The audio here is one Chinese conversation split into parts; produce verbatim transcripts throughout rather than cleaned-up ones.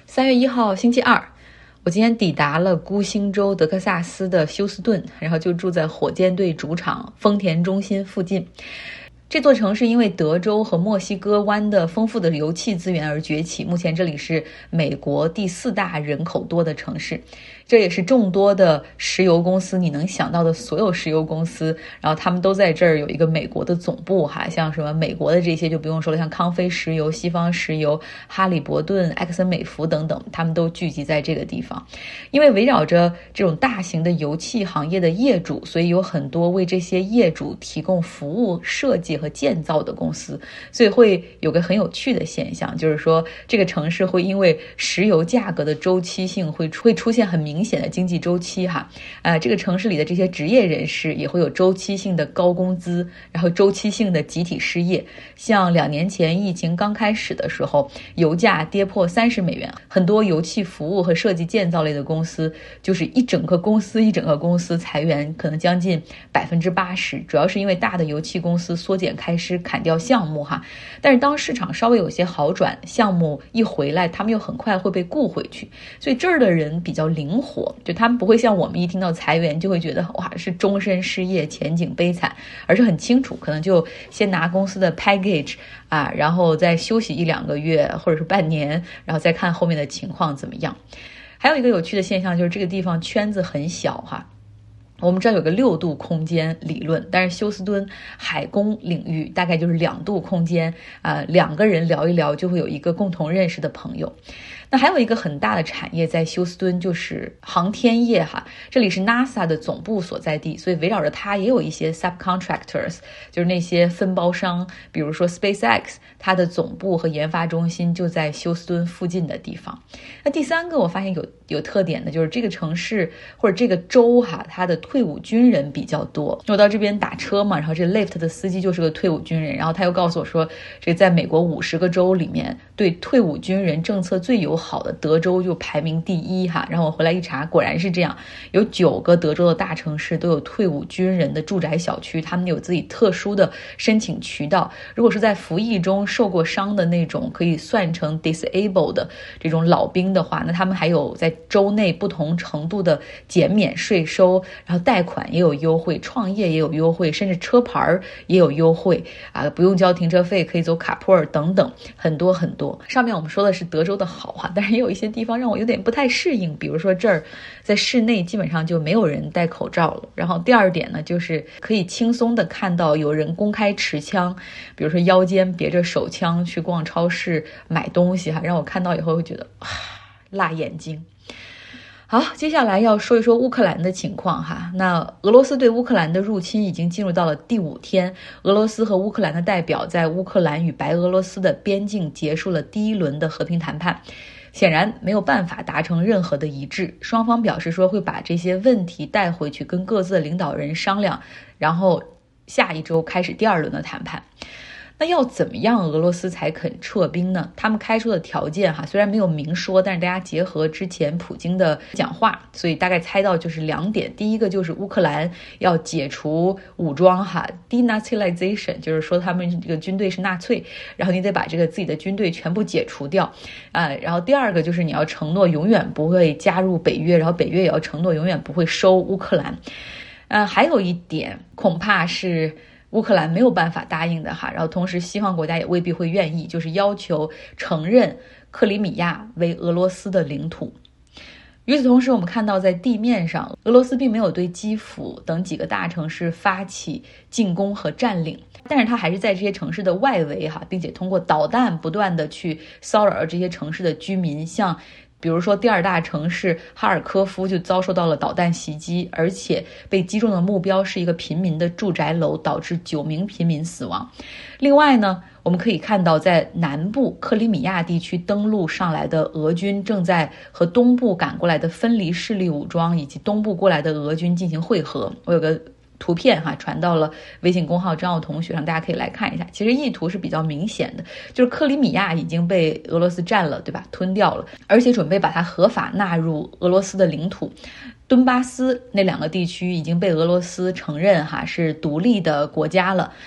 三月一号星期二，我今天抵达了孤星州德克萨斯的休斯顿，然后就住在火箭队主场丰田中心附近。这座城市因为德州和墨西哥湾的丰富的油气资源而崛起，目前这里是美国第四大人口多的城市，这也是众多的石油公司，你能想到的所有石油公司，然后他们都在这儿有一个美国的总部哈，像什么美国的这些就不用说了，像康菲石油、西方石油、哈利伯顿、埃克森美孚等等，他们都聚集在这个地方。因为围绕着这种大型的油气行业的业主，所以有很多为这些业主提供服务设计和建造的公司，所以会有个很有趣的现象，就是说这个城市会因为石油价格的周期性会会出现很明显的经济周期哈，呃，这个城市里的这些职业人士也会有周期性的高工资，然后周期性的集体失业。像两年前疫情刚开始的时候，油价跌破三十美元，很多油气服务和设计建造类的公司就是一整个公司一整个公司裁员，可能将近百分之八十，主要是因为大的油气公司缩减开支砍掉项目哈。但是当市场稍微有些好转，项目一回来，他们又很快会被雇回去，所以这儿的人比较灵活，就他们不会像我们一听到裁员就会觉得哇是终身失业，前景悲惨，而是很清楚，可能就先拿公司的 package 啊，然后再休息一两个月或者是半年，然后再看后面的情况怎么样。还有一个有趣的现象就是这个地方圈子很小哈。我们知道有个六度空间理论，但是休斯敦海工领域大概就是两度空间，呃，两个人聊一聊就会有一个共同认识的朋友。那还有一个很大的产业在休斯敦就是航天业哈，这里是 NASA 的总部所在地，所以围绕着它也有一些 subcontractors， 就是那些分包商，比如说 SpaceX， 它的总部和研发中心就在休斯敦附近的地方。那第三个我发现有有特点的就是这个城市或者这个州哈，它的退伍军人比较多。我到这边打车嘛，然后这 Lyft 的司机就是个退伍军人，然后他又告诉我说，这在美国五十个州里面对退伍军人政策最友好的德州就排名第一哈。然后我回来一查，果然是这样，有九个德州的大城市都有退伍军人的住宅小区，他们有自己特殊的申请渠道。如果是在服役中受过伤的那种可以算成 disabled 的这种老兵的话，那他们还有在州内不同程度的减免税收，然后贷款也有优惠，创业也有优惠，甚至车牌也有优惠啊，不用交停车费，可以走卡普尔等等，很多很多。上面我们说的是德州的好哈，但是也有一些地方让我有点不太适应，比如说这儿在室内基本上就没有人戴口罩了。然后第二点呢，就是可以轻松的看到有人公开持枪，比如说腰间别着手枪去逛超市买东西哈，让我看到以后会觉得啊辣眼睛。好，接下来要说一说乌克兰的情况哈。那俄罗斯对乌克兰的入侵已经进入到了第五天，俄罗斯和乌克兰的代表在乌克兰与白俄罗斯的边境结束了第一轮的和平谈判，显然没有办法达成任何的一致。双方表示说会把这些问题带回去跟各自的领导人商量，然后下一周开始第二轮的谈判。那要怎么样俄罗斯才肯撤兵呢？他们开出的条件哈，虽然没有明说，但是大家结合之前普京的讲话，所以大概猜到就是两点。第一个就是乌克兰要解除武装哈 ，denazilization， 就是说他们这个军队是纳粹，然后你得把这个自己的军队全部解除掉，呃，然后第二个就是你要承诺永远不会加入北约，然后北约也要承诺永远不会收乌克兰。呃，还有一点恐怕是乌克兰没有办法答应的哈，然后同时西方国家也未必会愿意，就是要求承认克里米亚为俄罗斯的领土。与此同时，我们看到在地面上，俄罗斯并没有对基辅等几个大城市发起进攻和占领，但是它还是在这些城市的外围哈，并且通过导弹不断的去骚扰这些城市的居民，像比如说第二大城市哈尔科夫就遭受到了导弹袭击，而且被击中的目标是一个平民的住宅楼，导致九名平民死亡。另外呢，我们可以看到在南部克里米亚地区登陆上来的俄军正在和东部赶过来的分离势力武装以及东部过来的俄军进行会合。我有个图片哈传到了微信公号张奥同学上，大家可以来看一下。其实意图是比较明显的，就是克里米亚已经被俄罗斯占了，对吧？吞掉了，而且准备把它合法纳入俄罗斯的领土。敦巴斯那两个地区已经被俄罗斯承认哈是独立的国家了。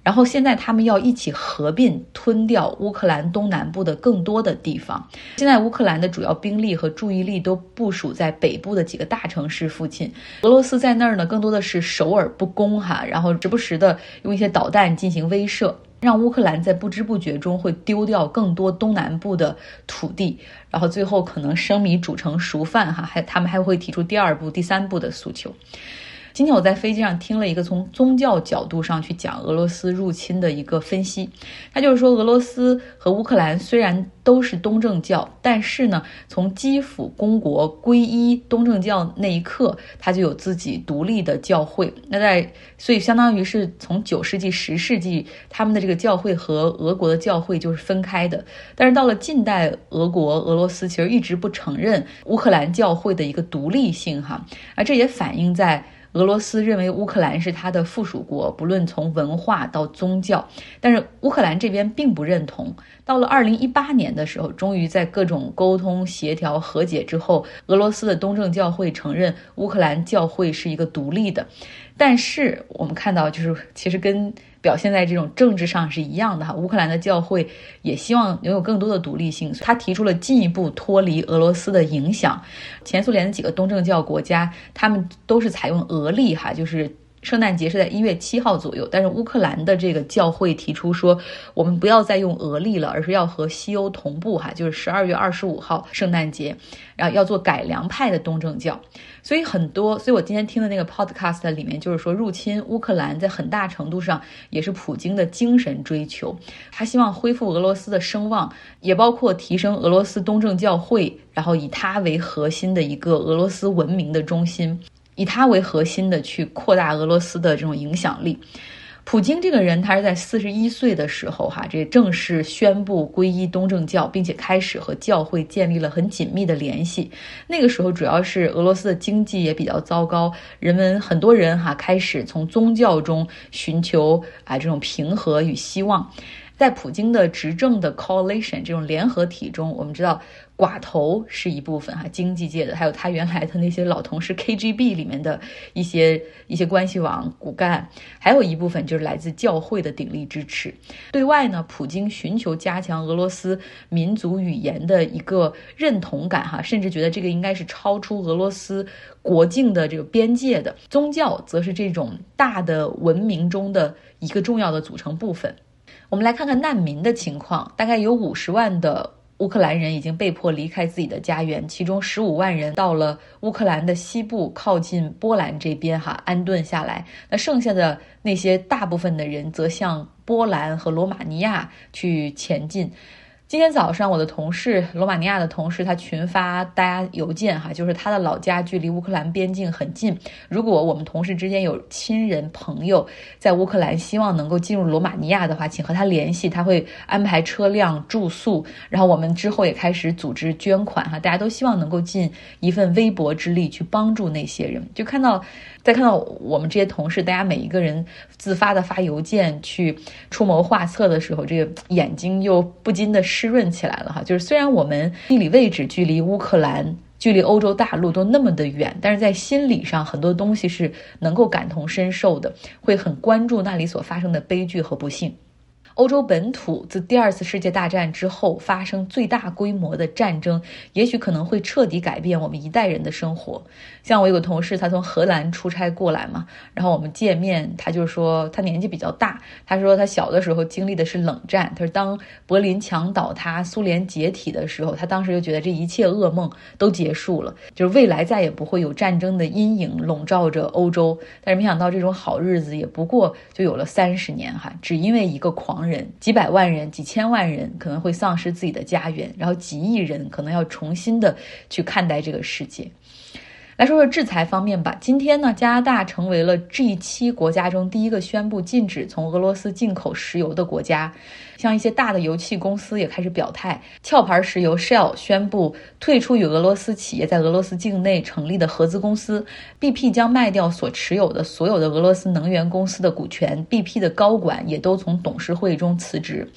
然后现在他们要一起合并吞掉乌克兰东南部的更多的地方。现在乌克兰的主要兵力和注意力都部署在北部的几个大城市附近，俄罗斯在那儿呢更多的是守而不攻哈，然后时不时的用一些导弹进行威慑，让乌克兰在不知不觉中会丢掉更多东南部的土地，然后最后可能生米煮成熟饭哈，还他们还会提出第二步、第三步的诉求。今天我在飞机上听了一个从宗教角度上去讲俄罗斯入侵的一个分析，他就是说俄罗斯和乌克兰虽然都是东正教，但是呢，从基辅公国皈依东正教那一刻，他就有自己独立的教会。那在所以相当于是从九世纪、十世纪，他们的这个教会和俄国的教会就是分开的。但是到了近代，俄国俄罗斯其实一直不承认乌克兰教会的一个独立性哈，而这也反映在俄罗斯认为乌克兰是他的附属国，不论从文化到宗教，但是乌克兰这边并不认同。到了二零一八年的时候，终于在各种沟通、协调、和解之后，俄罗斯的东正教会承认乌克兰教会是一个独立的。但是我们看到，就是其实跟表现在这种政治上是一样的哈，乌克兰的教会也希望拥有更多的独立性，他提出了进一步脱离俄罗斯的影响。前苏联的几个东正教国家，他们都是采用俄历哈，就是圣诞节是在一月七号左右，但是乌克兰的这个教会提出说，我们不要再用俄历了，而是要和西欧同步哈，就是十二月二十五号圣诞节，然后要做改良派的东正教。所以很多，所以我今天听的那个 podcast 里面就是说，入侵乌克兰在很大程度上也是普京的精神追求，他希望恢复俄罗斯的声望，也包括提升俄罗斯东正教会，然后以它为核心的一个俄罗斯文明的中心，以它为核心的去扩大俄罗斯的这种影响力。普京这个人，他是在四十一岁的时候哈，这正式宣布皈依东正教，并且开始和教会建立了很紧密的联系。那个时候主要是俄罗斯的经济也比较糟糕，人们很多人哈开始从宗教中寻求啊这种平和与希望。在普京的执政的 coalition 这种联合体中，我们知道寡头是一部分哈，经济界的，还有他原来的那些老同事 K G B 里面的一些一些关系网骨干，还有一部分就是来自教会的鼎力支持。对外呢，普京寻求加强俄罗斯民族语言的一个认同感哈，甚至觉得这个应该是超出俄罗斯国境的这个边界的。宗教则是这种大的文明中的一个重要的组成部分。我们来看看难民的情况，大概有五十万的乌克兰人已经被迫离开自己的家园，其中十五万人到了乌克兰的西部，靠近波兰这边哈安顿下来。那剩下的那些大部分的人则向波兰和罗马尼亚去前进。今天早上我的同事，罗马尼亚的同事，他群发大家邮件哈，就是他的老家距离乌克兰边境很近，如果我们同事之间有亲人朋友在乌克兰希望能够进入罗马尼亚的话，请和他联系，他会安排车辆住宿，然后我们之后也开始组织捐款哈，大家都希望能够尽一份微薄之力去帮助那些人。就看到再看到我们这些同事，大家每一个人自发的发邮件去出谋划策的时候，这个眼睛又不禁的湿润起来了哈。就是虽然我们地理位置距离乌克兰、距离欧洲大陆都那么的远，但是在心理上很多东西是能够感同身受的，会很关注那里所发生的悲剧和不幸。欧洲本土自第二次世界大战之后发生最大规模的战争，也许可能会彻底改变我们一代人的生活。像我有个同事，他从荷兰出差过来嘛，然后我们见面，他就说他年纪比较大，他说他小的时候经历的是冷战，他说当柏林墙倒塌、苏联解体的时候，他当时就觉得这一切噩梦都结束了，就是未来再也不会有战争的阴影笼罩着欧洲。但是没想到这种好日子也不过就有了三十年哈，只因为一个狂人，几百万人、几千万人可能会丧失自己的家园，然后几亿人可能要重新的去看待这个世界。来说说制裁方面吧。今天呢，加拿大成为了 G 七 国家中第一个宣布禁止从俄罗斯进口石油的国家。像一些大的油气公司也开始表态，壳牌石油 Shell 宣布退出与俄罗斯企业在俄罗斯境内成立的合资公司， B P 将卖掉所持有的所有的俄罗斯能源公司的股权， B P 的高管也都从董事会中辞职。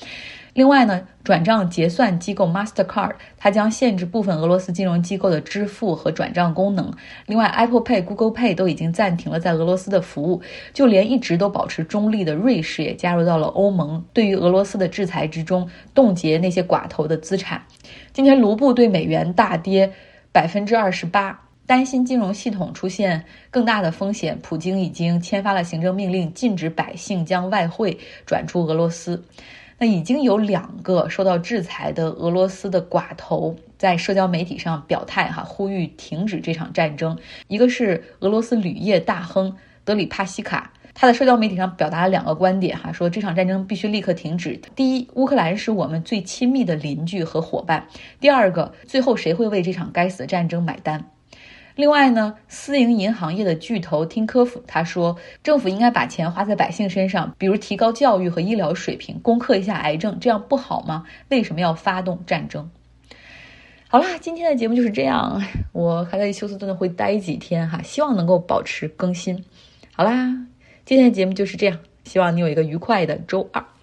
另外呢，转账结算机构 Mastercard 它将限制部分俄罗斯金融机构的支付和转账功能。另外 Apple Pay、Google Pay 都已经暂停了在俄罗斯的服务，就连一直都保持中立的瑞士也加入到了欧盟对于俄罗斯的制裁之中，冻结那些寡头的资产。今天卢布对美元大跌百分之二十八。担心金融系统出现更大的风险，普京已经签发了行政命令，禁止百姓将外汇转出俄罗斯。那已经有两个受到制裁的俄罗斯的寡头在社交媒体上表态哈，呼吁停止这场战争。一个是俄罗斯铝业大亨德里帕西卡，他在社交媒体上表达了两个观点哈，说这场战争必须立刻停止。第一，乌克兰是我们最亲密的邻居和伙伴；第二个，最后谁会为这场该死的战争买单？另外呢，私营银行业的巨头听科夫他说，政府应该把钱花在百姓身上，比如提高教育和医疗水平，攻克一下癌症，这样不好吗？为什么要发动战争？好啦，今天的节目就是这样，我还在休斯顿会待几天哈，希望能够保持更新。好啦，今天的节目就是这样，希望你有一个愉快的周二。